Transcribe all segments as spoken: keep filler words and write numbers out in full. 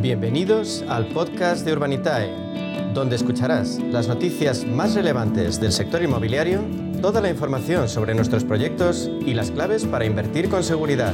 Bienvenidos al podcast de Urbanitae, donde escucharás las noticias más relevantes del sector inmobiliario, toda la información sobre nuestros proyectos y las claves para invertir con seguridad.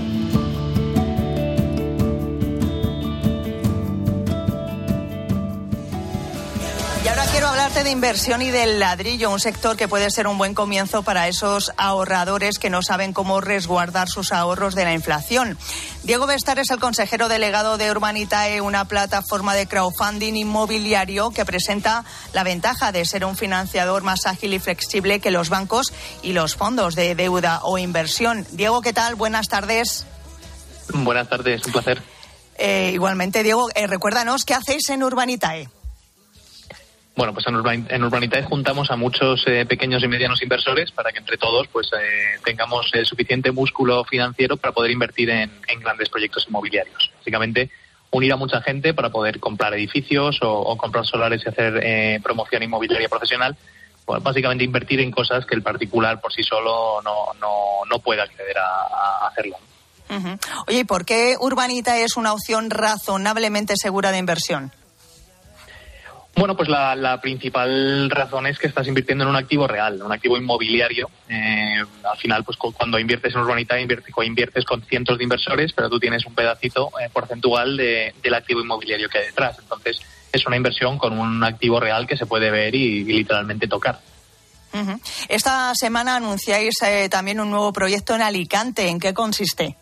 Y ahora quiero hablarte de inversión y del ladrillo, un sector que puede ser un buen comienzo para esos ahorradores que no saben cómo resguardar sus ahorros de la inflación. Diego Bestar es el consejero delegado de Urbanitae, una plataforma de crowdfunding inmobiliario que presenta la ventaja de ser un financiador más ágil y flexible que los bancos y los fondos de deuda o inversión. Diego, ¿qué tal? Buenas tardes. Buenas tardes, un placer. Eh, igualmente, Diego, eh, recuérdanos, ¿qué hacéis en Urbanitae? Bueno, pues en, Urban, en Urbanitae juntamos a muchos eh, pequeños y medianos inversores para que entre todos pues eh, tengamos eh, suficiente músculo financiero para poder invertir en, en grandes proyectos inmobiliarios. Básicamente, unir a mucha gente para poder comprar edificios o, o comprar solares y hacer eh, promoción inmobiliaria profesional. Pues básicamente invertir en cosas que el particular por sí solo no, no, no puede acceder a, a hacerlo. Uh-huh. Oye, ¿y por qué Urbanitae es una opción razonablemente segura de inversión? Bueno, pues la, la principal razón es que estás invirtiendo en un activo real, un activo inmobiliario. Eh, al final, pues cuando inviertes en Urbanitae, inviertes, inviertes con cientos de inversores, pero tú tienes un pedacito eh, porcentual de, del activo inmobiliario que hay detrás. Entonces, es una inversión con un activo real que se puede ver y, y literalmente tocar. Uh-huh. Esta semana anunciáis eh, también un nuevo proyecto en Alicante. ¿En qué consiste?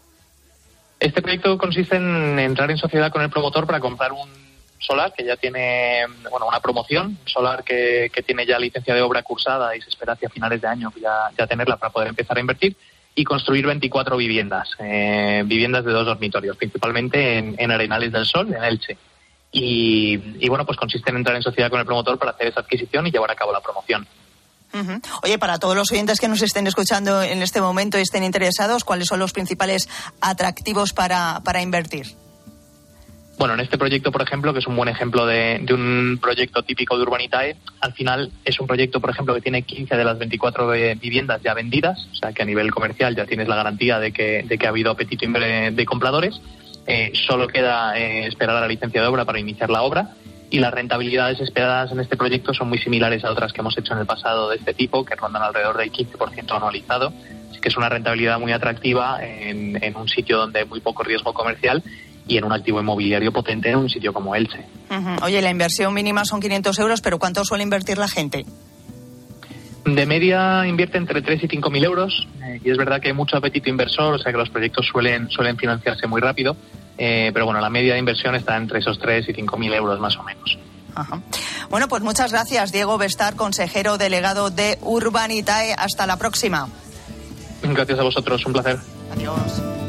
Este proyecto consiste en entrar en sociedad con el promotor para comprar un solar que ya tiene bueno una promoción, solar que, que tiene ya licencia de obra cursada y se espera hacia finales de año ya, ya tenerla para poder empezar a invertir y construir veinticuatro viviendas, eh, viviendas de dos dormitorios, principalmente en, en Arenales del Sol, en Elche. Y, y bueno, pues consiste en entrar en sociedad con el promotor para hacer esa adquisición y llevar a cabo la promoción. Uh-huh. Oye, para todos los oyentes que nos estén escuchando en este momento y estén interesados, ¿cuáles son los principales atractivos para, para invertir? Bueno, en este proyecto, por ejemplo, que es un buen ejemplo de, de un proyecto típico de Urbanitae, al final es un proyecto, por ejemplo, que tiene quince de las veinticuatro viviendas ya vendidas, o sea que a nivel comercial ya tienes la garantía de que, de que ha habido apetito de compradores. Eh, solo queda eh, esperar a la licencia de obra para iniciar la obra y las rentabilidades esperadas en este proyecto son muy similares a otras que hemos hecho en el pasado de este tipo, que rondan alrededor del quince por ciento anualizado. Así que es una rentabilidad muy atractiva en, en un sitio donde hay muy poco riesgo comercial y en un activo inmobiliario potente en un sitio como Elche. Uh-huh. Oye, la inversión mínima son quinientos euros, pero ¿cuánto suele invertir la gente? De media invierte entre tres y cinco mil euros eh, y es verdad que hay mucho apetito inversor, o sea que los proyectos suelen suelen financiarse muy rápido, eh, pero bueno, la media de inversión está entre esos tres y cinco mil euros más o menos. Ajá. Bueno, pues muchas gracias, Diego Bestar, consejero delegado de Urbanitae. Hasta la próxima. Gracias a vosotros, un placer. Adiós.